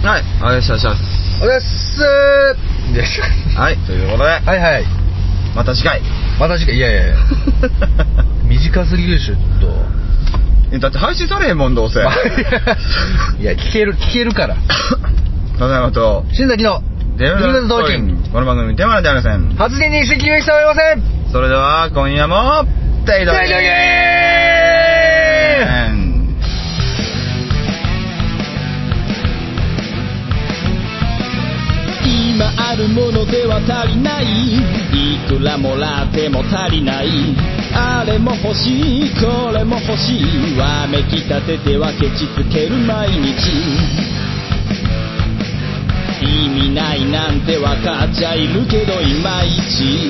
はい、お願いします。 お願いしますはい、ということで、 はいはい。 また次回。 いや短すぎるでしょ、ちょっと。 だって配信されへんもん、どうせ。 いや、聞けるから。 ただいまと、 新崎のデブルトーキング。この番組、デマなんてありません。 発言に一石二鳥しておりません。 それでは、今夜も、デイドゲーム。 今あるものでは足りない、いくらもらっても足りない、あれも欲しいこれも欲しい、わめきたててはケチつける毎日、意味ないなんてわかっちゃいるけどいまいち、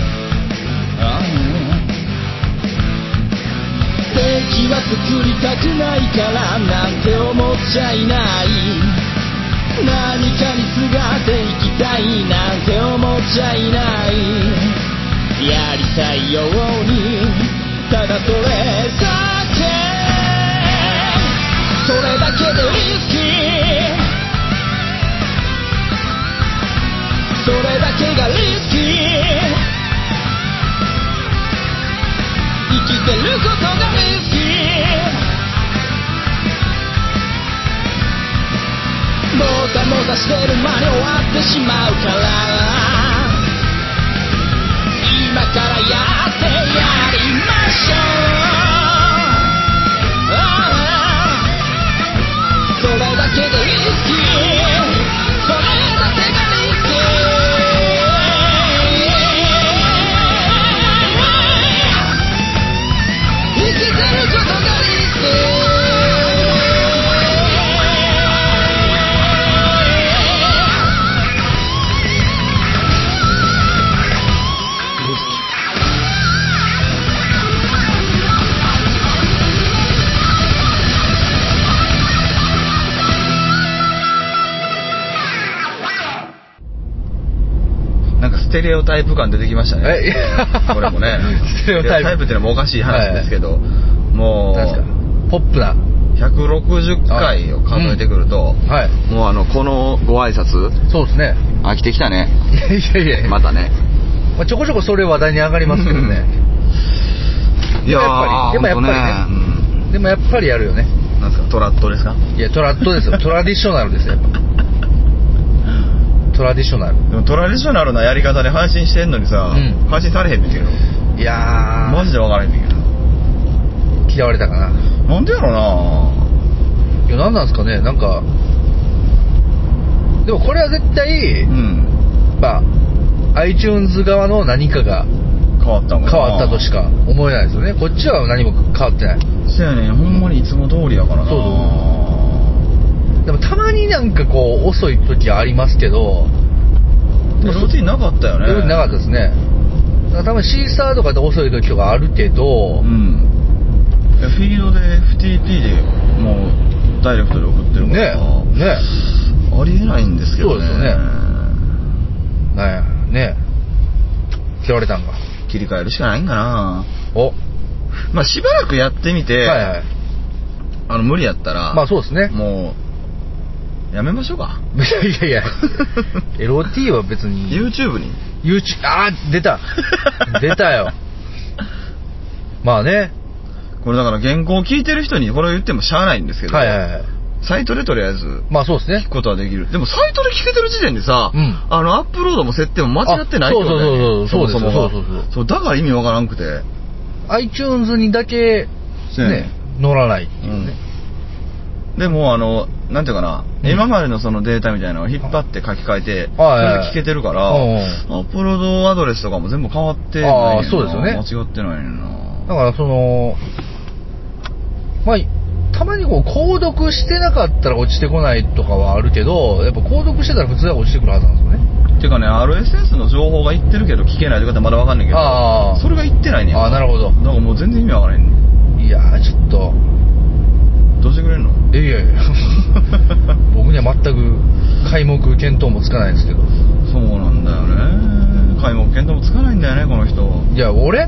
敵は作りたくないからなんて思っちゃいない、何かにすがっていきたいなんて思っちゃいない、やりたいようにただそれだけ、それだけでリスキー、それだけがリスキー、生きてることがリスキー、もたもたしてる間に終わってしまうから、今からやってやりましょう、それだけでリスキー、それだけがリスキー、生きてることがリスキー、 ステレオタイプ感出てきましたね。これもね。ステレオタイプってのもおかしい話ですけど、はい、もう、 なんですか、ポップな。 160回を数えてくると、はい、もうこのご挨拶、 そうですね。 飽きてきたね。 いやまたね。 まあ、ちょこちょこそれ話題に上がりますけどね。 いやー、 でもやっぱりね、でもやっぱりやるよね。 なんですか、トラットですか？いや、トラットですよ。トラディショナルですよ、やっぱ。トラディショナル。 でもトラディショナルなやり方で配信してんのにさ、配信されへんねんけど。 いやー、 マジで分からへんねんけど。 嫌われたかな。 なんでやろな。 いや、なんなんですかね、なんか。でもこれは絶対、まあ iTunes 側の何かが変わったとしか思えないですよね。こっちは何も変わってない。 そうやね、ほんまにいつも通りやからな。 そうでもたまになんかこう遅い時はありますけど、 でもそっちになかったよね。 なかったですね。だから多分シーサーとかで遅い時とかあるけど、フィードで FTP でもうダイレクトで送ってるからね、ありえないんですけどね。 そうですよね。なんやね、嫌われたんか。 切り替えるしかないんかな。まあしばらくやってみて、無理やったら、 まあそうですね。 もうやめましょうか。 いやLOT は別に YouTube に YouTube 出たよ。まあね、 これだから原稿を聞いてる人にこれを言ってもしゃあないんですけど、サイトでとりあえずまあそうですね、 聞くことはできる。でもサイトで聞けてる時点でさ、アップロードも設定も間違ってないってことだよね。そうだから意味わからんくて、 iTunes にだけね乗らないっていうね。 でもなんていうかな、今までのそのデータみたいなのを引っ張って書き換えて、それで聞けてるから、アップロードアドレスとかも全部変わってないねんな。 そうですよね。 間違ってないねんな。 だからまあたまにこう購読してなかったら落ちてこないとかはあるけど、やっぱ購読してたら普通は落ちてくるはずなんですよね。 ていうかね、RSS の情報がいってるけど聞けないという方はまだわかんないけど、それがいってないねん。 なるほど。 なんかもう全然意味わからへんねん。 いやー、ちょっとどうしてくれんの？ いや僕には全く皆目見当もつかないですけど。 そうなんだよね、皆目見当もつかないんだよね、この人。 いや、俺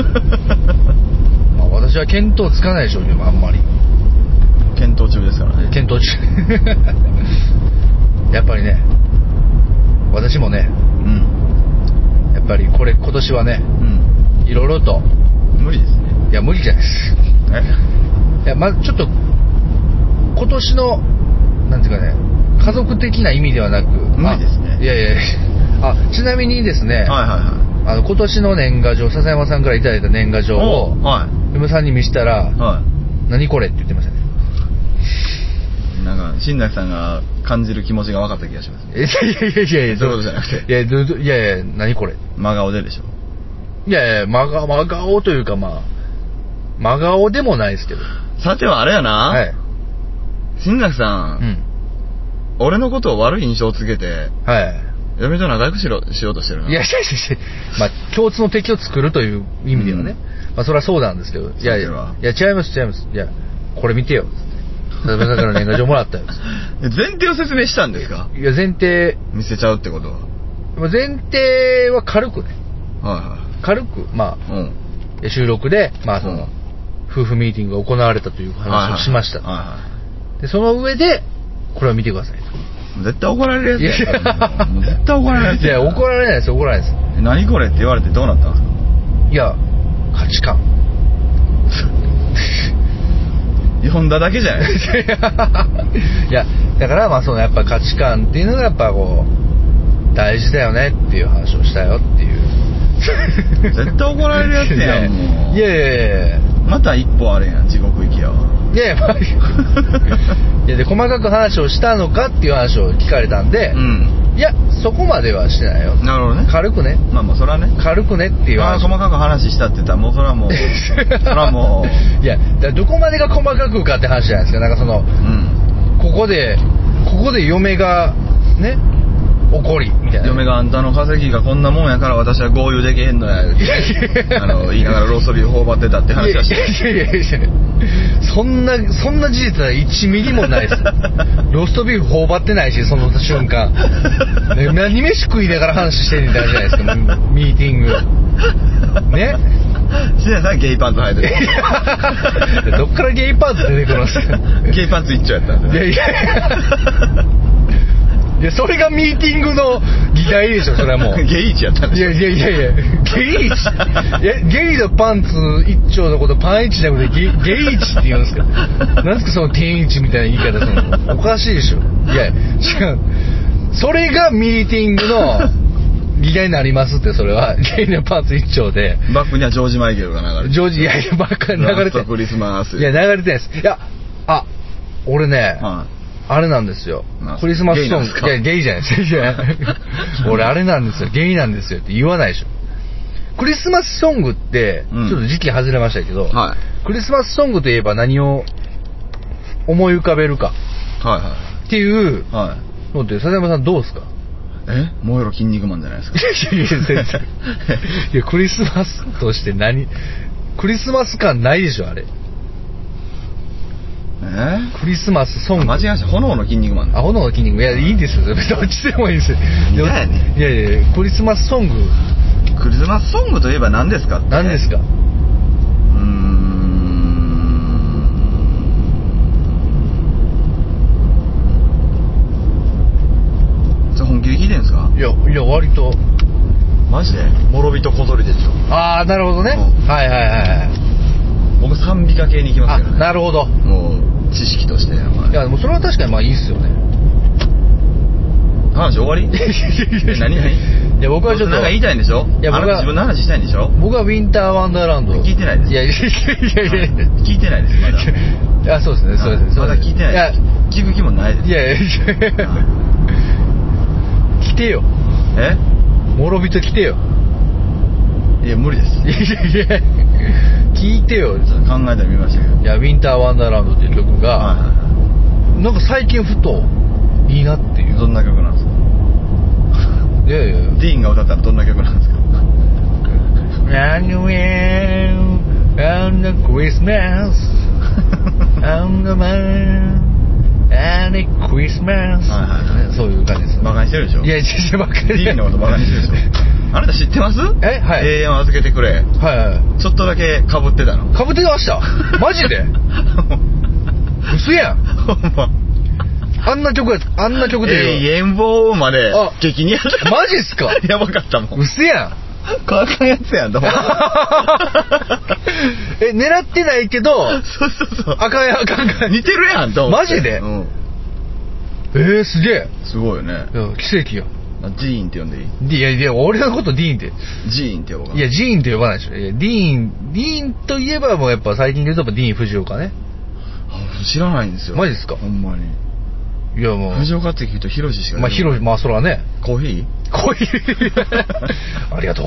まあ私は見当つかないでしょうけど、あんまり検討中ですからね。 検討中やっぱりね、私もね、やっぱりこれ今年はね、いろいろと無理ですね。 いや無理じゃないです。いやまずちょっと今年のなんていうかね、家族的な意味ではなく無理ですね。 いやちなみにですね、今年の年賀状、笹山さんからいただいた年賀状を嫁さんに見せたら、何これって言ってましたね。 なんか新崎さんが感じる気持ちが分かった気がしますね。 いやそういうことじゃなくて、 いや何これ、 真顔ででしょ。 いや真顔というか真顔でもないですけど。 さてはあれやな、新崎さん、俺のことを悪い印象をつけて、嫁と仲良くしようとしてるな。いや共通の敵を作るという意味ではね、それはそうなんですけど、いや違います。いやこれ見てよ。笹山さんから年賀状もらったよ。 前提を説明したんですか？ いや前提見せちゃうってことは。 前提は軽くね。軽く収録でその夫婦ミーティングが行われたという話をしました。でその上でこれを見てくださいと。 絶対怒られるやつやから。絶対怒られるやつ。 いや怒られないです。 何これって言われてどうなったんですか？ いや価値観。 読んだだけじゃないですか。 いやだからそのやっぱ価値観っていうのがやっぱこう大事だよねっていう話をしたよっていう。 絶対怒られるやつやんもう。 いやまた一歩あれやん、地獄行きやわ。 いやで細かく話をしたのかっていう話を聞かれたんで、いやそこまではしてないよ。 なるほどね。 軽くね。 それはね。 軽くねっていう話。 細かく話したって言ったらもうそれはもういやどこまでが細かくかって話じゃないですか。なんかその、ここで嫁がね怒りみたいな。 嫁があんたの稼ぎがこんなもんやから私は豪遊できへんのや言いながらローストビーフ頬張ってたって話だし。いやそんな事実は1ミリもないです。ローストビーフ頬張ってないし、その瞬間何飯食いながら話してんみたいじゃないですか。ミーティングね。 しなさんゲイパンツ履いてる。どっからゲイパンツ出てくるんですか？ ゲイパンツ一丁やったんですよ。 いやそれがミーティングの議題でしょ。それはもうゲイイチやったんでしょ。 いやゲイイチゲイのパンツ一丁のことパンイチじゃなくてゲイイチって言うんですか？なんですかその天イチみたいな言い方するの。おかしいでしょ。いや違う、それがミーティングの議題になりますって。それはゲイのパンツ一丁でバックにはジョージ・マイケルが流れてる。 いやバックに流れてる。 クリスマス。 いや流れてないです。いや俺ね、あれなんですよ。クリスマスソング。いやゲイじゃないですよ。俺あれなんですよ。ゲイなんですよって言わないでしょ。クリスマスソングってちょっと時期外れましたけど、クリスマスソングといえば何を思い浮かべるかっていうのって笹山さんどうですか？ 燃えろ筋肉マンじゃないですか。 いやクリスマスとしてクリスマス感ないでしょあれ。クリスマスソング。 間違えました。炎の筋肉マン。 炎の筋肉。いやいいんですよ。どっちでもいいですよ。いやクリスマスソング。 クリスマスソングといえば何ですか？ 何ですか？ それ本気で聞いてんですか？ いや割と。 マジで？諸人小鳥でしょ。 なるほどね。 僕賛美歌系に行きますからね。 なるほど。 もう知識として。いやでもそれは確かにいいっすよね。 話終わり？何？いや僕はちょっとなんか言いたいんでしょ？いや僕は自分の話したいんでしょ？ 僕はウィンターワンダーランド聞いてないです。 いや聞いてないですまだ。 そうですね。そうです。 まだ聞いてない。聞く気もないです。 いや来てよ。諸人来てよ。 いや無理です。 聞いてよ。 ちょっと考えてみましたけど。 いやウィンターワンダーランドっていう曲が、なんか最近ふといいなっていう。 どんな曲なんですか？ いやディーンが歌ったらどんな曲なんですか ？Anywhere on the Christmas on the man and the Christmas そういう感じです。 バカにしてるでしょ？いやバカにしてる。 ディーンのことバカにしてるでしょ？あなた知ってます？永遠を預けてくれ。ちょっとだけ被ってたの。 被ってました？マジで？嘘やん。 ほんま。 あんな曲で永遠棒まで激にやった。 マジっすか？ やばかったもん。 うせやん。 かんやつやんと思って。 狙ってないけど、 そう。 あかん似てるやんと思って。 マジで？すげえ。 すごいよね。 奇跡よ。 ジーンって呼んでいい？ いや、俺のことディーンって。 ジーンって呼ぶか。 いや、ジーンって呼ばないでしょ。いや、ディーンといえばもうやっぱ最近で言うとディーン・フジオカね。 知らないんですよ。 マジですか？ ほんまに。 いやもう。 藤岡って聞くとヒロシしか。 まあそれはね。 コーヒーありがとう。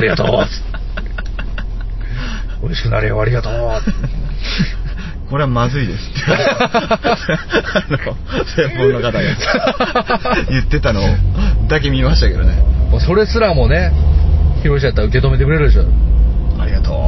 美味しくなれよ、ありがとう。 これはまずいですって。専門の方が言ってたのだけ見ましたけどね。 もうそれすらもね、ヒロシだったら受け止めてくれるでしょ。 ありがとう。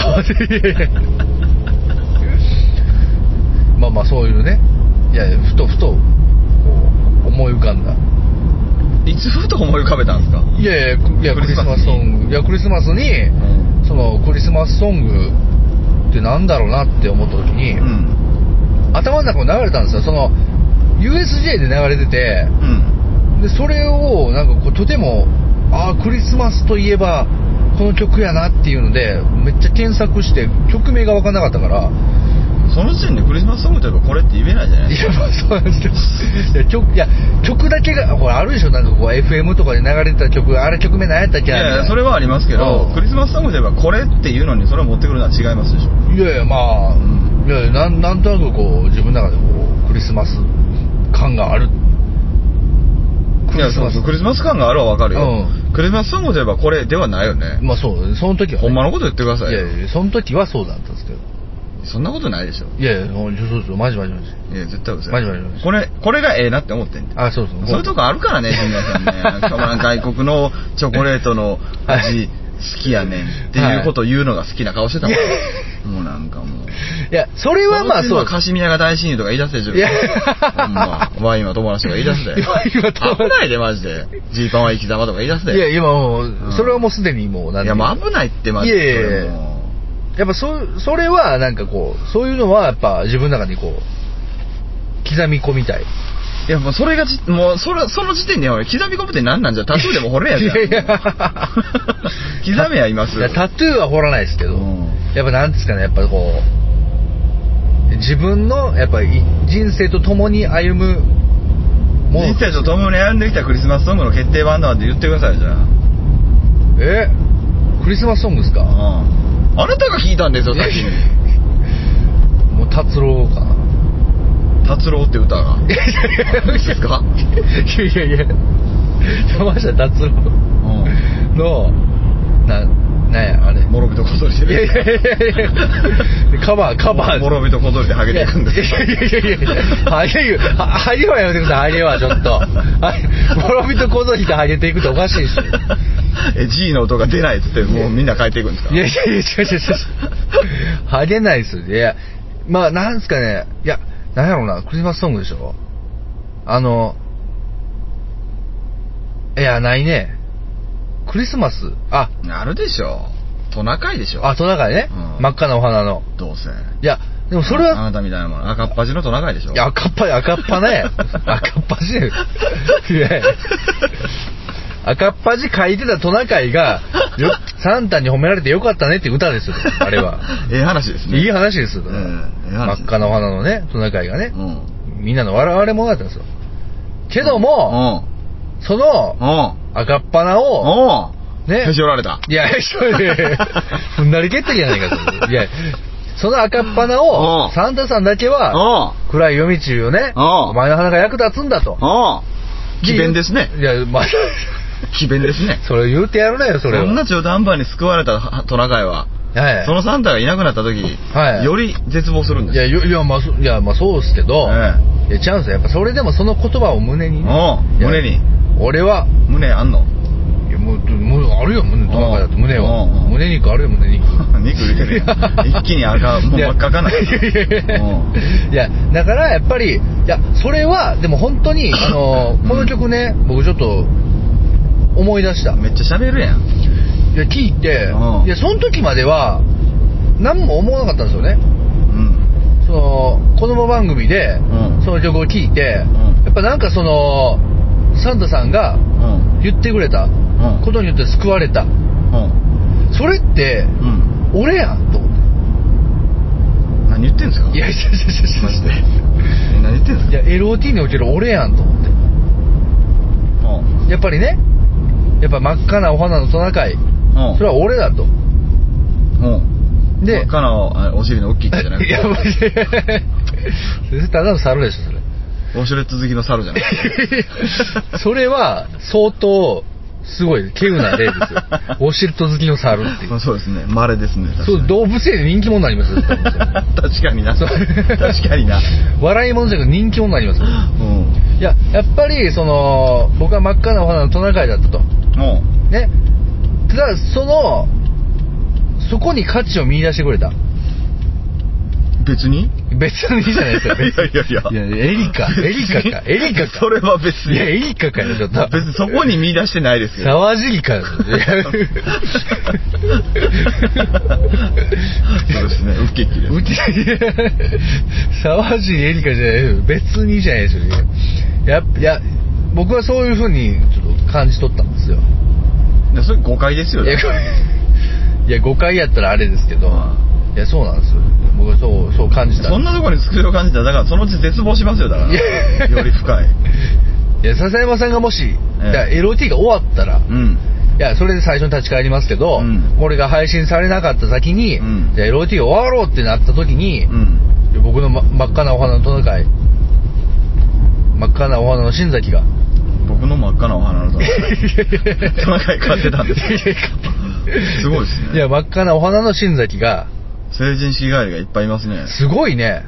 まあそういうね。いや、ふと思い浮かんだ。 いつふと思い浮かべたんですか？ いやクリスマスソング。いや、クリスマスに、そのクリスマスソングってなんだろうなって思った時に、頭の中に流れたんですよ。その USJ で流れてて、でそれをなんかこうとてもクリスマスといえばこの曲やなっていうのでめっちゃ検索して曲名が分かんなかったから。 その時点でクリスマスソングといえばこれって言えないじゃないですか。 いや、まあそうなんですよ。曲だけが、これあるでしょ、なんかこう FM とかで流れてた曲、あれ曲名何やったっけ？いや、それはありますけど、クリスマスソングといえばこれっていうのにそれを持ってくるのは違いますでしょ。 いや、まあ、なんとなくこう、自分の中でこう、クリスマス感がある。 クリスマス感があるはわかるよ。クリスマスソングといえばこれではないよね。 まあそう、その時は、 ほんまのこと言ってくださいよ。 いや、その時はそうだったんですけど。 そんなことないでしょ。 いや、そうマジ。いや、 絶対嘘。 マジ。 これがええなって思ってんで。 そう。 そういうとこあるからね、ジュニアさんね。外国のチョコレートの味好きやねんっていうことを言うのが好きな顔してたもん。もうなんかもう。 いや、それはまあそう。 カシミヤが大親友とか言い出すでしょ。いや、ほんま。ワインは友達とか言い出すで。危ないで、マジで。ジーパンは生き様とか言い出すで。 いや、今もう、それはもうすでにもう、 いや、もう危ないってマジで。 やっぱそれはなんかこうそういうのはやっぱ自分の中にこう刻み込みたい。 いやもうそれがもうその時点で刻み込むって何なんじゃタトゥーでも掘れやじゃん。刻めやいます。 いやタトゥーは掘らないですけど、やっぱなんですかね、やっぱこう自分のやっぱり人生と共に歩むもの。人生と共に歩んできたクリスマスソングの決定版だって言ってくださいじゃあ。 クリスマスソングですか？ あなたが弾いたんですよ、先に。 もう達郎かな。 達郎って歌が。ですか？ いや。山下達郎の、なんや、あれ。 諸人小鳥で。 いや。カバー。 諸人小鳥でハゲていくんです。 いや。ハゲはやめてください、ハゲはちょっと。諸人小鳥でハゲていくっておかしいですよ。 G の音が出ないっつってもうみんな帰っていくんですか？ いや違う。ハゲないっすよ。いや、まあなんですかね。いや、なんやろうな、クリスマスソングでしょ。いや、ないね。クリスマス、 あるでしょ。トナカイでしょ。 トナカイね。真っ赤なお花の。 どうせ。 いや、でもそれはあなたみたいなもの赤っ端のトナカイでしょ。 いや、赤っ端ね。赤っ端ね。いや。赤っ端書いてたトナカイがサンタに褒められてよかったねって歌ですよ、あれは。 話ですね。 いい話ですよ。真っ赤なお花のね、トナカイがね、みんなの笑われ物だったんですよ。けども、その赤っ鼻をね、へし折られた。 いや、ふんなり決定じゃないかと。いや、その赤っ鼻をサンタさんだけは暗い夜道をね、お前の鼻が役立つんだと。 詭弁ですね。 いや、まあ詭弁ですね。 それ言うてやるなよ、それは。 そんな中途半端に救われたトナカイは、そのサンタがいなくなった時、より絶望するんですよ。 いや、まあそうですけど、いや、チャンスはやっぱそれでもその言葉を胸にね。 胸に。 俺は。 胸あんの？ いや、もうあるよ、トナカイだと胸は。胸肉あるよ、胸肉。 肉入れるやん。一気にもう真っ赤かない。 いや、だからやっぱり、いや、それは、でも本当に、この曲ね、僕ちょっと、思い出した。 めっちゃ喋るやん。 いや、聞いて、いや、その時までは何も思わなかったんですよね。子供番組でその曲を聴いて、 やっぱなんかそのサンタさんが言ってくれたことによって救われた、それって、俺やんと思って。 何言ってんすか。 いやマジで何言ってんすか。 いや LOT における俺やんと思って、やっぱりね、やっぱ真っ赤なお花のトナカイ、それは俺だと。 で、真っ赤なお尻の大きいじゃなくて、いやマジでただの猿でしょそれ。 ウォシュレット好きの猿じゃないそれは相当すごい稀有な例ですよ。ウォシュレット好きの猿っていう。 そうですね、稀ですね。 そう動物園で人気者になりますよ。 確かにな。確かにな。 笑い物じゃなくて人気者になりますよ。いややっぱりその僕は真っ赤なお花のトナカイだったと。ね。ただそこに価値を見出してくれた。 別にじゃないですよ。いやエリカか。 それは別に。 いやエリカかよちょっと。 別にそこに見出してないですよ。 沢尻か。そうですね。ウッケッキです。 沢尻エリカじゃないですよ。別にじゃないですよ。いや僕はそういう風にちょっと感じ取ったんですよ。 それ誤解ですよね。 いや誤解やったらあれですけど。いやそうなんですよ。僕はそう感じた。 そんなところに救いを感じたらだからそのうち絶望しますよ。だからより深い。 いや笹山さんがもし、LOT が終わったら、いやそれで最初に立ち返りますけど、これが配信されなかった先に、じゃあ LOT が終わろうってなった時に、僕の真っ赤なお花のトナカイ、真っ赤なお花の新崎が、 僕の真っ赤なお花のトナカイ飼ってたんですよ。すごいですね。 いや真っ赤なお花の新崎が成人式帰りがいっぱいいますね。 すごいね。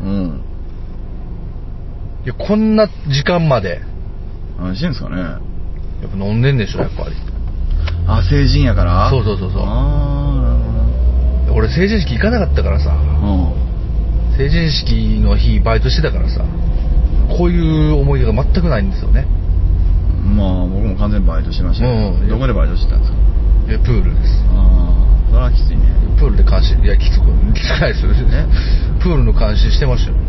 いやこんな時間まで何してんすかね。やっぱ飲んでんでしょやっぱり。 成人やから。 そう。俺成人式行かなかったからさ、成人式の日バイトしてたからさ、こういう思い出が全くないんですよね。 まあ僕も完全にバイトしてましたけど、どこでバイトしてたんですか。 プールです。 それはきついね。 プールで監視、いやきつくないですよね。プールの監視してましたよ。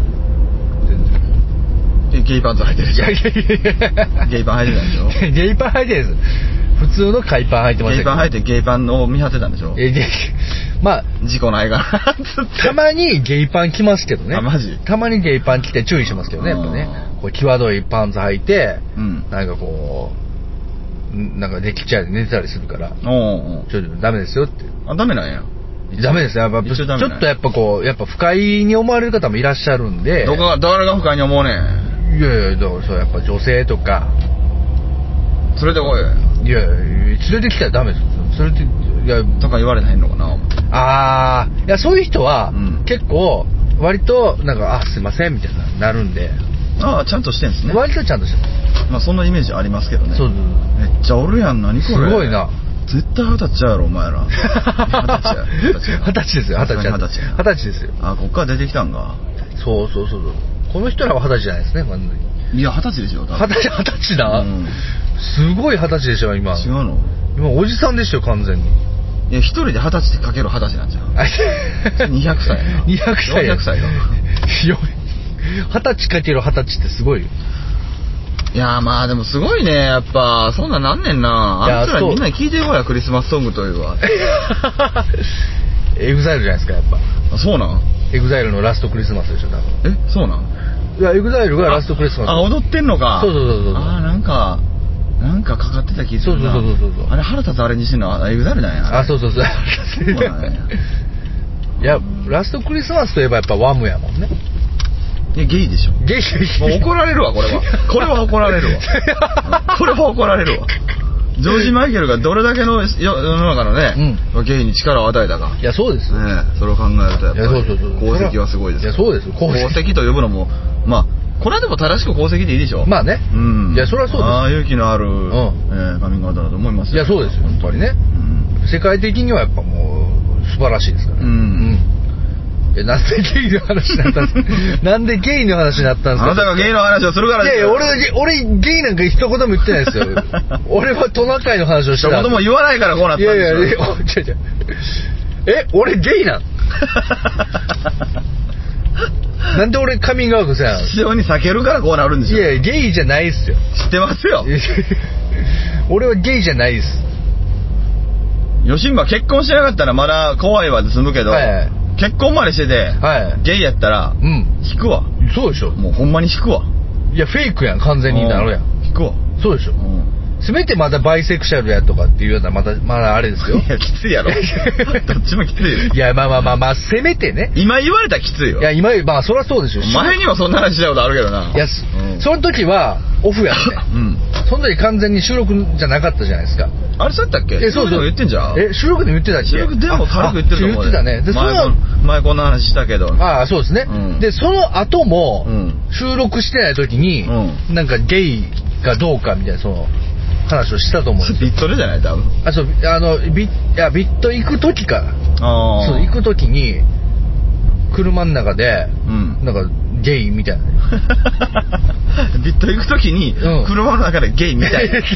全然。 ゲイパンツ履いてるでしょ。ゲイパン履いてたんでしょ。 ゲイパン履いてるんです。普通の海パン履いてましたけど。 ゲイパン履いてゲイパンを見張ってたんでしょ。 まあ事故ないからたまにゲイパン着ますけどね。 マジ。 たまにゲイパン着て注意しますけどね。やっぱねこう際どいパンツ履いて、なんかこうなんかデッキチェアで寝てたりするから、ちょっとダメですよって。 ダメなんや。 ダメですよ。やっぱちょっとやっぱこうやっぱ不快に思われる方もいらっしゃるんで。 誰が不快に思うねん。 いやだからそうやっぱ女性とか連れてこい。 いや連れてきたらダメです。それっていやとか言われないのかな。 いやそういう人は、結構割となんかすいませんみたいななるんで。 ちゃんとしてんですね。 割とちゃんとしてます。 まあそんなイメージありますけどね。 そうめっちゃおるやん。何これ。 すごいな。 絶対20歳やろお前ら。20 歳ですよ。20歳ですよ。 こっから出てきたんか。 そうこの人らは20歳じゃないですね。 いや20歳でしょ。 20歳だ。すごい20歳でしょ今。 違うの。 今おじさんでしょ完全に。 いや一人で20歳ってかける20歳なんじゃん。200歳やな。 200歳。 400歳だ。 20歳かける20歳ってすごいよ。 いやまあでもすごいね。やっぱそんなんなんねんな。あんたらみんなに聞いてるわよ。クリスマスソングというわ。 エグザイルじゃないですかやっぱ。 そうなん。 エグザイルのラストクリスマスでしょ多分。 そうなん。 いやエグザイルがラストクリスマス。 踊ってんのか。 そうなんかかかってた気するな。 そうあれ腹立つアレンジしてんのはエグザイルなんや。 そういやラストクリスマスといえばやっぱワムやもんね。 ゲイでしょ。 ゲイもう怒られるわこれは。これは怒られるわ。ジョージ・マイケルがどれだけの世の中のね、ゲイに力を与えたか。 いやそうですね。それを考えるとやっぱり功績はすごいです。 いやそうです。 功績と呼ぶのもまあこれはでも正しく功績でいいでしょ。 まあね。いやそれはそうです。 勇気のあるカミングアウトだと思いますよ。 いやそうですよやっぱりね。世界的にはやっぱもう素晴らしいですからね。なんでゲイの話になったんですか。なんでゲイの話になったんですか。 あなたがゲイの話をするからですよ。 いや俺ゲイなんか一言も言ってないですよ。俺はトナカイの話をしてた。 一言も言わないからこうなったんですよ。 いや俺ゲイなん。 なんで俺カミングアウトせやん。 非常に避けるからこうなるんでしょ。 いやゲイじゃないっすよ。 知ってますよ。 俺はゲイじゃないっす。 ヨシンバ結婚しなかったらまだ怖いわで済むけど、はいはい、結婚までしてて、はい、ゲイやったら、うん、引くわ。 そうでしょ。 もうほんまに引くわ。 いやフェイクやん、完全になるやん。 引くわ。 そうでしょ。せめてまだバイセクシャルやとかっていうようなまだあれですよ。 いやきついやろ。どっちもきついよ。 いやまあせめてね。 今言われたらきついよ。 いや今まあそりゃそうでしょ。 前にもそんな話したことあるけどな。 いや、その時はオフやって。うん。その時完全に収録じゃなかったじゃないですか。 あれそうやったっけ？ そう言ってんじゃん。 収録でも言ってたっけ？ 収録でも軽く言ってると思う。 言ってたね。で前こんな話したけど。 ああそうですね。でその後も収録してない時になんかゲイかどうかみたいなその話をしたと思うんですよ。 ビットでじゃない多分。 そうビット行く時から。そう行く時に車の中でなんかゲイみたいな。 ビット行く時に車の中でゲイみたいな。いや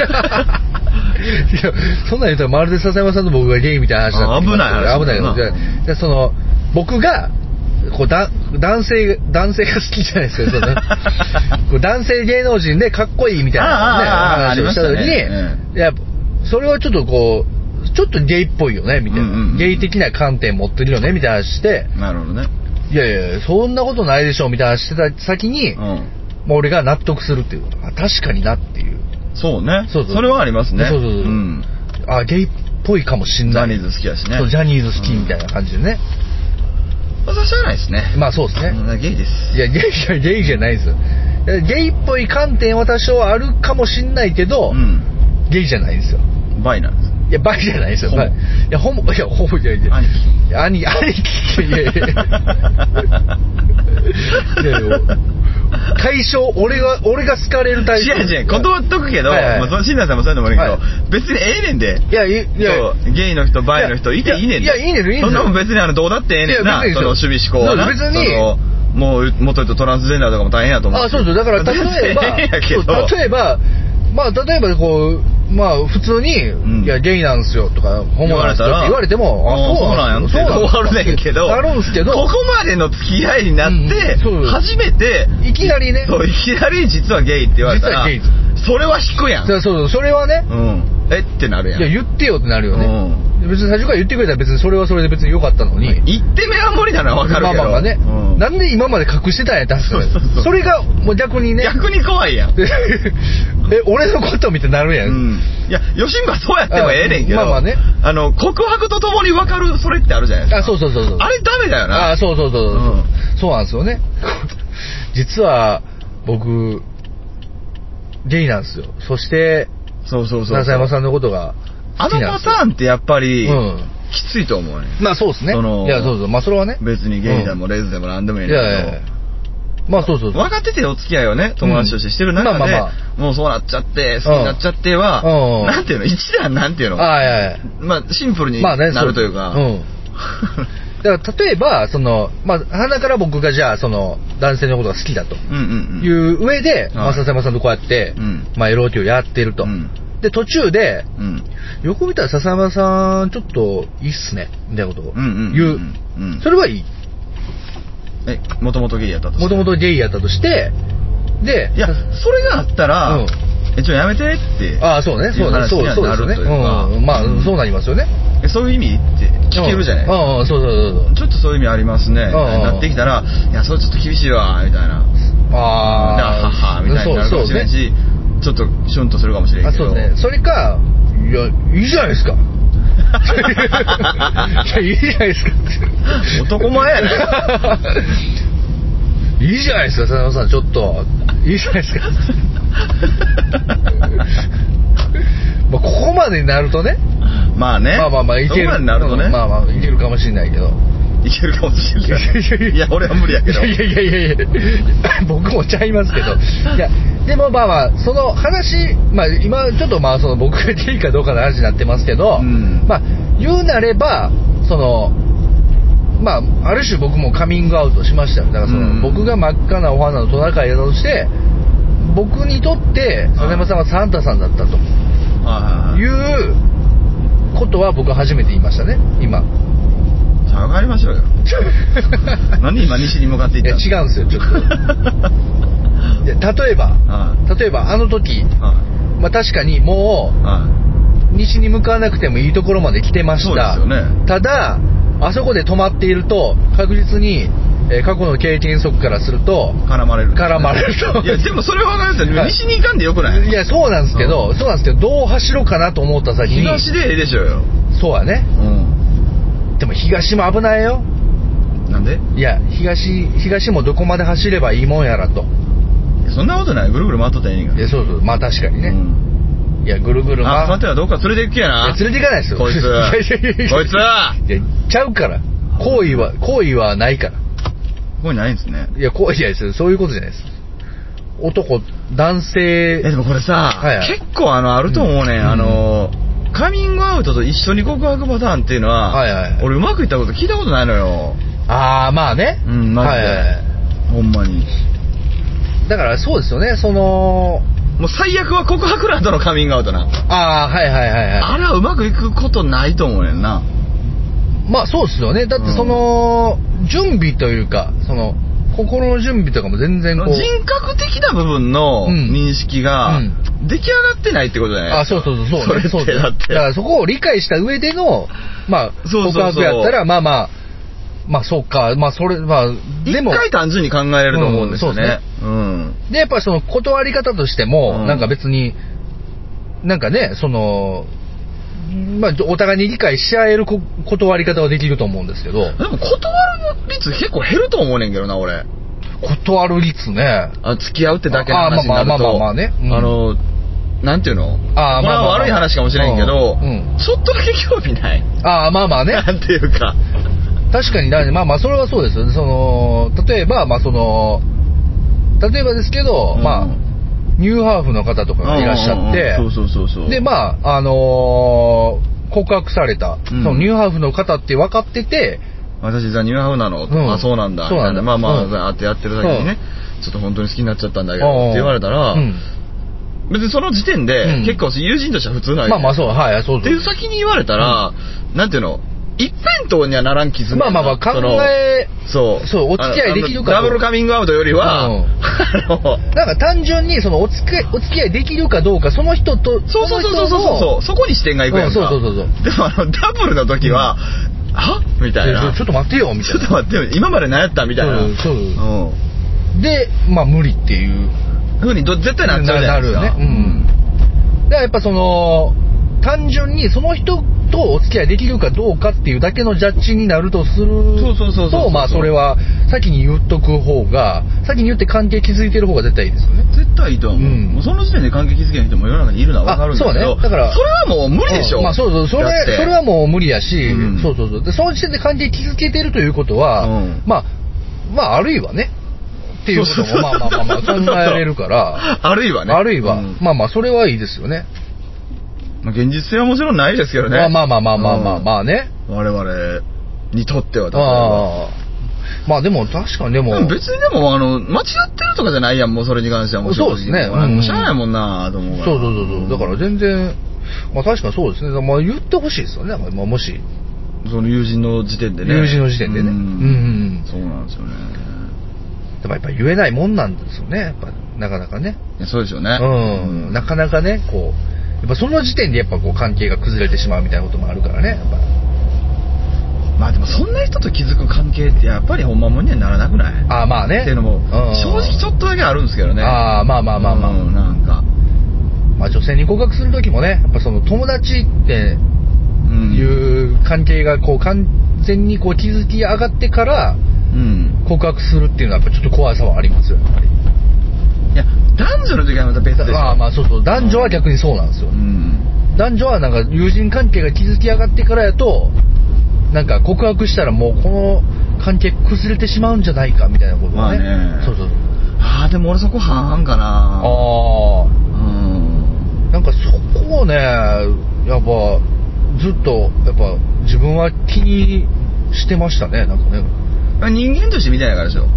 そんなん言ったらまるで笹山さんと僕がゲイみたいな話だった。 危ない危ないけど、その僕がこう男性が好きじゃないですか。そのこう男性芸能人でかっこいいみたいな、話をした時に、いやそれはちょっとこうちょっとゲイっぽいよねみたいな、ゲイ的な観点持ってるよねみたいな話して、 なるほどね。 いやいやそんなことないでしょみたいな話してた先に、もう俺が納得するっていうこと。確かになっていう。 そうね。それはありますね。 そう。あゲイっぽいかもしんない。 ジャニーズ好きやしね。 そうジャニーズ好きみたいな感じでね。 私はないですね。 まあそうですね。 ゲイです。 いやゲイじゃないです。ゲイっぽい観点は多少あるかもしんないけど、ゲイじゃないんですよ。 バイなんです。 いやバイじゃないですよ。いやホモいや兄貴っていや解消俺が好かれるタイプ。 違う断っとくけど、新田さんもそういうのもあるけど、別にええねんで。 いやゲイの人バイの人いていいねんで。 いやいいねん。 そんなもん別にどうだってええねんな。その趣味思考はな。 別にもうもっと言うとトランスジェンダーとかも大変やと思う。 あそうだから例えばこう普通に、いやゲイなんすよとかホモなんすよって言われても、 そうなんやって終わるねんけど、 なるんすけど、 ここまでの付き合いになって初めていきなりね、 いきなり実はゲイって言われたら、それは引くやん。 そうそれはね、 ってなるやん。 いや言ってよってなるよね。別に最初から言ってくれたら別にそれはそれで別に良かったのに、 言って目は無理なのは分かるけど、 まあね、なんで今まで隠してたんやって話。それがもう逆にね、 逆に怖いやん。 俺のことみたいになるやん。 いや吉村そうやってもええねんけど、告白とともに分かるそれってあるじゃないですか。 そうあれダメだよな。 そうなんですよね。実は僕ゲイなんですよ。そして笹山さんのことが好きなんですよ。 パターンってやっぱりきついと思うね。 まあそうですね。いやそうそれはね。 別にゲイでもレズでもなんでもいいんだけど。 まあそう分かっててお付き合いをね友達としてしてる中で、もうそうなっちゃって好きになっちゃっては、なんていうの一段なんていうの、まあシンプルになるというか。だから例えば鼻から僕がじゃあその男性のことが好きだという上で笹山さんとこうやってエロティをやってると。で途中でよく見たら笹山さんちょっといいっすねみたいなことを言う。それはいい。 もともとゲイやったとして。 もともとゲイやったとして、で、 いや、それがあったら、やめてって。 そうね、そうですよね。まあ、そうなりますよね。 そういう意味って聞けるじゃない。 そう。 ちょっとそういう意味ありますね。なってきたら、いや、それちょっと厳しいわ、みたいな。はは、みたいになるかもしれないし、ちょっとシュンとするかもしれないけど。 そうね。それか、いや、いいじゃないですか。いいじゃないですか。 男前やね。 いいじゃないですか、笹山さん、ちょっといいじゃないですか。ここまでになるとね。 まあね。 まあいける。 ここまでになるとね。 まあいけるかもしれないけど。 いけるかもしれない。いや俺は無理やけど。 いや僕もちゃいますけど。いやでもその話今ちょっとその僕がゲイかどうかの話になってますけど、言うなればある種僕もカミングアウトしましたよ。だから僕が真っ赤なお花のトナカイだとして僕にとって笹山さんはサンタさんだったということは僕は初めて言いましたね今。 下がりましょうよ。何今西に向かっていったの？ 違うんですよ、ちょっと。例えばあの時、まあ確かにもう西に向かわなくてもいいところまで来てました。 そうですよね。 ただあそこで止まっていると確実に過去の経験則からすると絡まれると。 いやでもそれは分かりますよ。西に行かんでよくない？ いやそうなんですけど、どう走ろうかなと思った先に東でええでしょうよ。 そうやね。でも東も危ないよ。 なんで？ いや東もどこまで走ればいいもんやらと。 そんなことない。ぐるぐる回っとったらええねんから。 そうまあ確かにね。いやぐるぐる待てはどっか連れて行くやな。 連れて行かないですよこいつは。 いやちゃうから。行為はないから。 行為ないんですね。 いや行為じゃないですよ。そういうことじゃないです。男性。 でもこれさ、結構あると思うね。カミングアウトと一緒に告白パターンっていうのは、俺うまくいったこと聞いたことないのよ。 ああまあね。 マジで。ほんまに。 だからそうですよね。もう最悪は告白の後のカミングアウトな。 あれはうまくいくことないと思うねんな。 まあそうですよね。だって準備というか心の準備とかも全然人格的な部分の認識が出来上がってないってことじゃないですか。 そうだからそこを理解した上でのまあ告白やったらまあそうか、まあそれでも一回単純に考えれると思うんですよね。 でやっぱり断り方としてもなんか別になんかねまあお互いに理解し合える断り方はできると思うんですけど。 でも断る率結構減ると思うねんけどな俺。 断る率ね。 付き合うってだけの話になると。 まあね。 なんていうの？これは悪い話かもしれんけど、ちょっとだけ興味ない。 まあね。 なんていうか。 確かにまあそれはそうですよね。例えば例えばですけど、まあニューハーフの方とかがいらっしゃって、でまあ告白された、そのニューハーフの方って分かってて、 私ザニューハーフなの、そうなんだみたいな、まあってやってる時にね、ちょっと本当に好きになっちゃったんだけどって言われたら、別にその時点で結構友人としては普通なんまあそうっていう先に言われたら、なんていうの、一辺倒にはならん気づく。 まあ考えそうお付き合いできるかダブルカミングアウトよりは、 なんか単純にお付き合いできるかどうか、その人とそうそこに視点がいくやんか。でもダブルの時はみたいな、 ちょっと待ってよみたいな、 ちょっと待ってよ今まで何やったみたいな。 でまあ無理っていう風に絶対なっちゃうじゃないですか。 だからやっぱ単純にその人とお付き合いできるかどうかっていうだけのジャッジになるとすると、まあそれは先に言っとく方が、先に言って関係築いてる方が絶対いいですよね。 絶対いいと思う。もうその時点で関係築けない人も世の中にいるのは分かるんだけど、 そうね。だからそれはもう無理でしょ。 まあそれはもう無理やし、でその時点で関係築けてるということは、まああるいはね。っていうこともまあ考えられるからあるいはまあそれはいいですよね。 現実性はもちろんないですけどね。 まあね。 我々にとってはまあでも確かに別に間違ってるとかじゃないやん、もうそれに関してはもうそうですね。 もうしゃあないもんなと思うから。 そうだから全然まあ確かにそうですね。まあ言ってほしいですよね。もしその友人の時点でね。 友人の時点でね。 そうなんですよね。 でもやっぱ言えないもんなんですよね。やっぱなかなかね。 そうですよね。 なかなかねやっぱその時点でやっぱ関係が崩れてしまうみたいなこともあるからね。やっぱまあでもそんな人と気づく関係ってやっぱりほんまもんにはならなくない？ まあね。 っていうのも正直ちょっとだけあるんですけどね。 まあなんかまあ女性に告白する時もね、やっぱ友達っていう関係が完全に築き上がってから告白するっていうのはやっぱちょっと怖さはありますよ、やっぱり。 いや男女の時はまた別でしょ。 まあそう男女は逆にそうなんですよ。男女はなんか友人関係が築き上がってからやとなんか告白したらもうこの関係崩れてしまうんじゃないかみたいなことをね。 でも俺そこ半々かな。 なんかそこをねやっぱずっとやっぱ自分は気にしてましたね。なんかね人間として見てないからでしょ。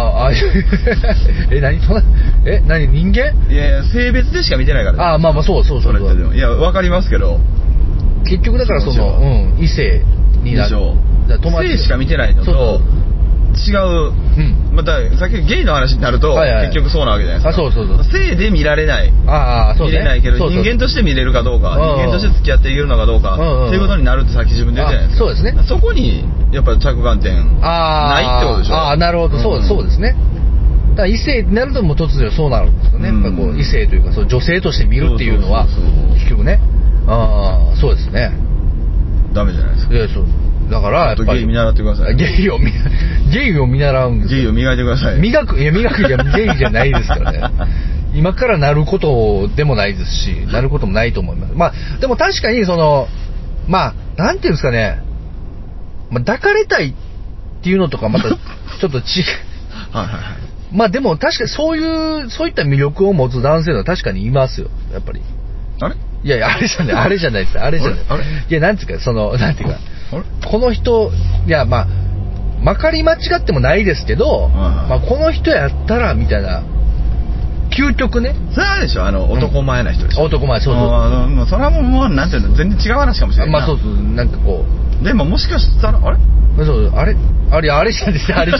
何人間？ いや性別でしか見てないから。 まあそうそれっていや分かりますけど、 結局だから異性になる。 性しか見てないのと違う、またさっきゲイの話になると結局そうなわけじゃないですか。性で見られない、見れないけど人間として見れるかどうか、人間として付き合っていけるのかどうかっていうことになるってさっき自分で言ったじゃないですか。 そうですね。 そこにやっぱ着眼点ないってことでしょ。 なるほど、そうですね。だから異性になるともう突如そうなるんですよね。やっぱこう異性というかそう女性として見るっていうのは結局ね、そうですね。 ダメじゃないですか。 いや、そうだからやっぱりゲイ見習ってください。 ゲイを見習うんですよ。 ゲイを磨いてください。 磨くゲイじゃないですからね。今からなることでもないですし、なることもないと思います。まあでも確かになんていうんですかね、抱かれたいっていうのとかまたちょっとまあでも確かにそういった魅力を持つ男性は確かにいますよ、やっぱり。 あれ？ いやあれじゃないです。あれじゃない。いやなんていうかなんていうかこの人いやまかり間違ってもないですけど、この人やったらみたいな究極ね。 それはでしょ男前な人でしょ。 男前そう。 それはもうなんていうの全然違う話かもしれない。 まあそうなんかこう。 でももしかしたらあれ？ そうあれじゃないです。じゃあ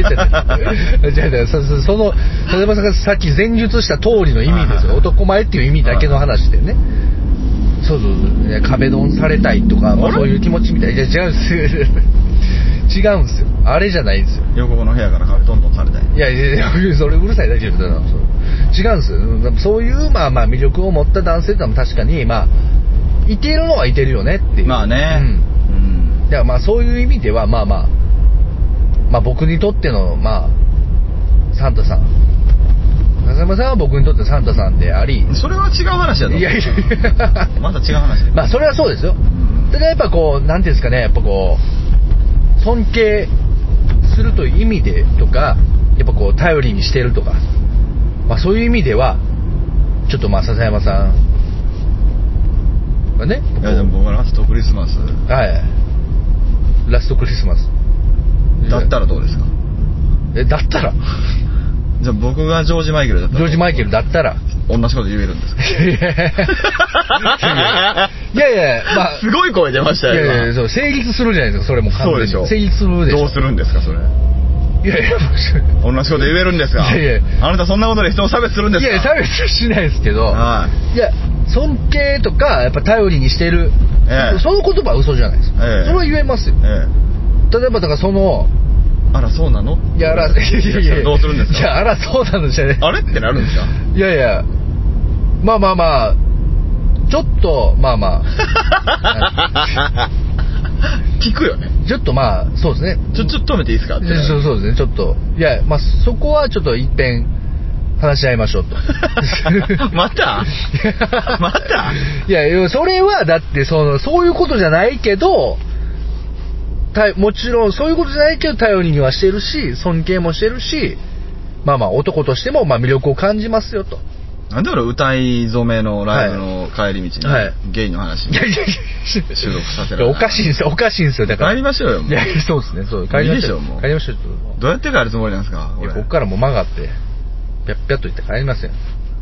その例えばさっき前述した通りの意味ですよ。男前っていう意味だけの話でね。そう壁ドンされたいとか、そういう気持ちみたい。いや違うんですよ。違うんですよ。あれじゃないんですよ。 横の部屋から壁ドンされたい。 いやそれうるさいだけだな。違うんですよ。そういう魅力を持った男性ってのは確かにいてるのはいてるよねっていう。 まあね。 だからそういう意味では僕にとってのサンタさん、風間さんは僕にとってサンタさんであり、 それは違う話だと思う。いやまた違う話。 それはそうですよ。だからやっぱこうなんていうんですかね、やっぱこう尊敬するという意味でとか、やっぱこう頼りにしてるとか、そういう意味ではちょっと笹山さんがね。 いやでも僕はラストクリスマス。 ラストクリスマスだったらどうですか？ だったらじゃあ僕がジョージ・マイケルだったら、 ジョージ・マイケルだったら同じこと言えるんですか？ いやすごい声出ましたよ。 いやそう成立するじゃないですか。それもそうでしょ。 成立するでしょ。 どうするんですかそれ？いや同じこと言えるんですか？いやあなたそんなことで人を差別するんですか？ いや差別しないですけど、いや尊敬とかやっぱ頼りにしてる、その言葉は嘘じゃないですか。それは言えますよ。例えばだからあらそうなの？ いやどうするんですか？ いやあらそうなのじゃね。 あれってなるんですか？ いやちょっと聞くよね。 ちょっとそうですね。 ちょっと止めていいですか？ そうですね。ちょっといやそこはちょっと一遍話し合いましょうと。 またいやそれはだってそういうことじゃないけど、もちろんそういうことじゃないけど頼りにはしてるし尊敬もしてるし、男としても魅力を感じますよと。 なんで俺歌い初めのライブの帰り道にゲイの話に収録させられる？ おかしいんですよ。だから帰りましょうよ。 いやそうですね。そう帰りましょう。帰りましょう。 どうやって帰るつもりなんですか？ ここからもう曲がってぴゃっぴゃっと言って帰りますよ。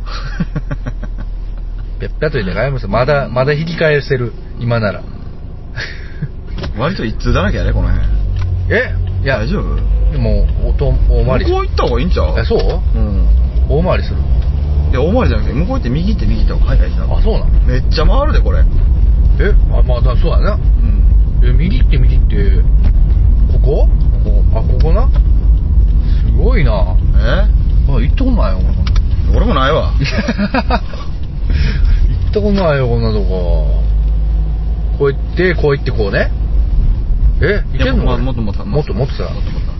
ぴゃっぴゃっと言って帰りますよ。まだ引き返せる今なら。 割と一通だらけやねこの辺。 いや大丈夫？ でも大回り。 向こう行った方がいいんちゃう？ そう？大回りする。 いや大回りじゃなくて向こう行って右行って右行った方が早いさ。 あそうなの？ めっちゃ回るでこれ。 そうだな。右行ってここ？ここな。すごいな。行ったことないよ。 俺もないわ。 行ったことないよこんなとこ。こう行ってこうね。行けんの？ もっとさ。 もっと待って。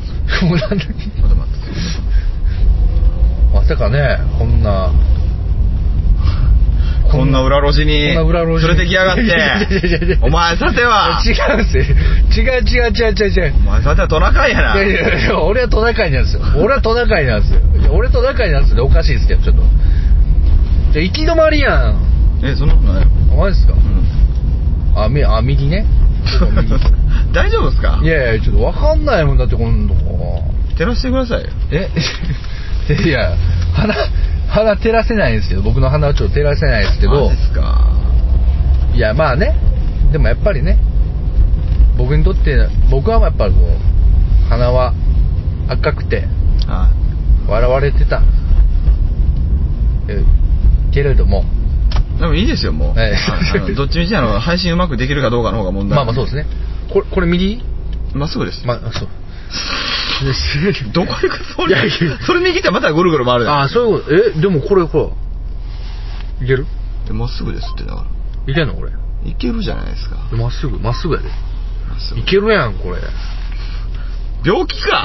まさかねこんな裏路地に連れてきやがって。お前さては違うんですよ。違う。 お前さてはトナカイやな。 いや俺はトナカイなんですよ。俺トナカイなんですよ。おかしいですけどちょっと。じゃ行き止まりやん。 そんなことないよ。 マジですか？右ね。 大丈夫ですか？ いやちょっと分かんないもんだって今度。 照らしてくださいよ。 いや鼻照らせないんですけど、僕の鼻はちょっと照らせないですけど。 マジですか？ いやね。でもやっぱりね僕にとって僕はやっぱこう鼻は赤くて笑われてたけれども、 でもいいですよもう、どっちみち配信うまくできるかどうかの方が問題。 まあまあそうですね。これ右？ まっすぐです。 まあそう。 どこ行くそれ右ってまたぐるぐる回るじゃん。 ああそういうこと。でもこれほらいける？ まっすぐですってだから。 いけんのこれ？ いけるじゃないですか。 まっすぐやで。いけるやんこれ。 病気か。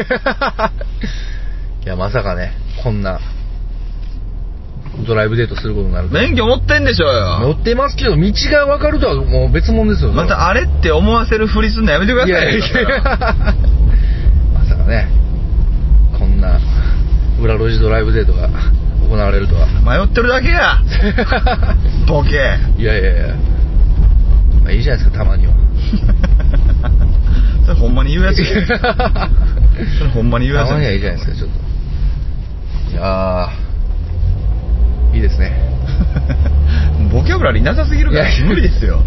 いやまさかねこんなドライブデートすることになる。 免許持ってんでしょうよ。 持ってますけど道が分かるとはもう別物ですよ。 またあれって思わせるふりすんのやめてください。 まさかねこんな裏路地ドライブデートが行われるとは。 迷ってるだけやボケ。 いやまあ、いいじゃないですかたまには。 それほんまに言うやつ。それほんまに言うやつ。 たまにはいいじゃないですかちょっと。いやいいですね。 ボキャブラリーなさすぎるから無理ですよ。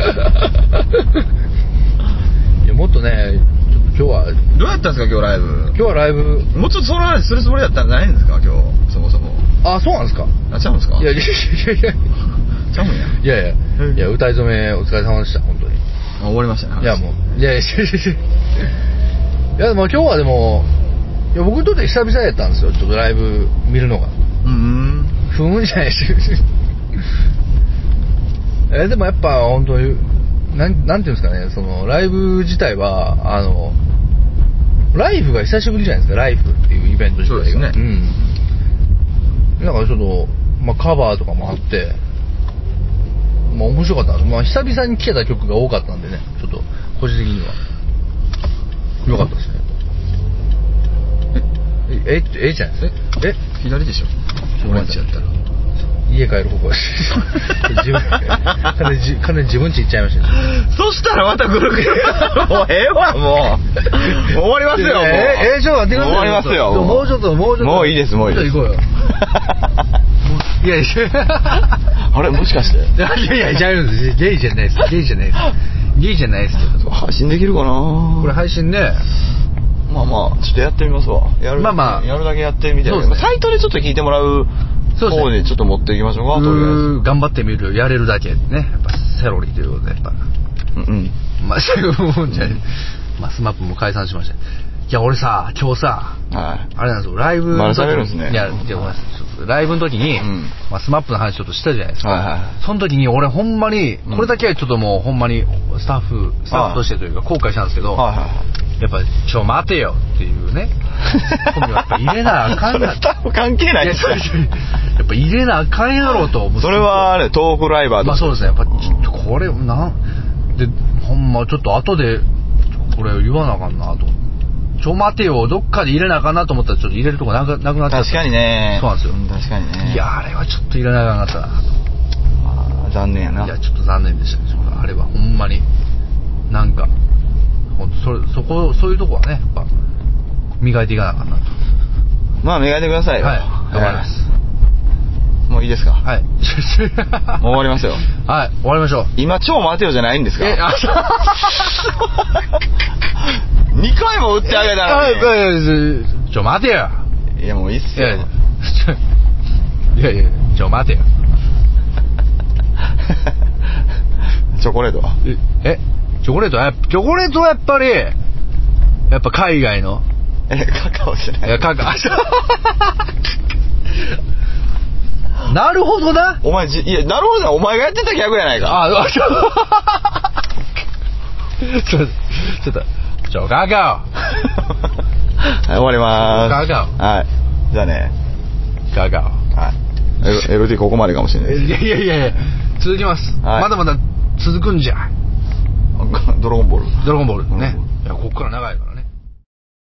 いやもっとねちょっと今日はどうやったんですか今日ライブ。 今日はライブもうちょっとその話するつもりだったんじゃないんですか今日そもそも。 あそうなんですか。 あちゃうんですか。 いやちゃうんや。 いや歌い初めお疲れ様でした本当に。 終わりましたね。 いやもういやでも今日はでもいや僕にとって久々やったんですよちょっとライブ見るのが。不運じゃないし。でもやっぱ本当になんていうんですかねそのライブ自体はライフが久しぶりじゃないですかライフっていうイベント自体が。そうですね。なんかちょっとまあカバーとかもあって。まあ面白かった。まあ久々に聴けた曲が多かったんでね、ちょっと個人的には良かったですね。じゃないですか。 左でしょ。 俺んちやったら家帰る方向やし。完全に自分家行っちゃいましたね。 そしたらまたぐるぐる。もうええわもう。終わりますよ。もう。 ちょっと待ってください。 終わりますよ。 もうちょっと。 もういいですもういいです。 行こうよ。いやあれもしかして。 いや違うんです。ゲイじゃないですけど。 配信できるかな。 これ配信ね。 まあちょっとやってみますわ。やるだけやってみて。サイトでちょっと聞いてもらう方にちょっと持っていきましょうか。とりあえず頑張ってみるやれるだけね。やっぱセロリということでやっぱ。まあそういうもんじゃない。まあスマップも解散しました。いや俺さ今日さあれなんですよライブの時にいやライブの時にまあスマップの話ちょっとしたじゃないですか。その時に俺ほんまにこれだけはちょっともうほんまにスタッフとしてというか後悔したんですけどやっぱ待てよっていうねやっぱ入れなあかんな。 スタッフ関係ないですよ。 やっぱ入れなあかんやろうと思って。 それはあれトークライバーとまあそうですね。やっぱちょっとこれでほんまちょっと後でこれ言わなあかんなと思って。待てよどっかで入れなあかんなと思ったらちょっと入れるとこなくなっちゃった。 確かにね。 そうなんですよ。 確かにね。 いやあれはちょっと入れなあかんかったなと。 残念やな。 いやちょっと残念でしたね。あれはほんまになんかそういうとこはねやっぱ磨いていかなあかんなと。 まあ磨いてくださいよ。 はい頑張ります。 もういいですか。 はいもう終わりますよ。 はい終わりましょう。 今超待てよじゃないんですか。2回も打ってあげたのに。 待てよ。 いやもういいっすよ。 いや待てよ。 チョコレートはチョコレートはやっぱりやっぱ海外のカカオじゃない。 いやカカオなるほどな。 お前いやなるほどな。お前がやってたギャグやないか。 ちょっとカカオ。 はい終わりまーす。 カカオ。 はいじゃあね。 カカオ。 はい。LT ここまでかもしれないです。 いや続きます。まだまだ続くんじゃ。 ドラゴンボールね。いやこっから長いわ。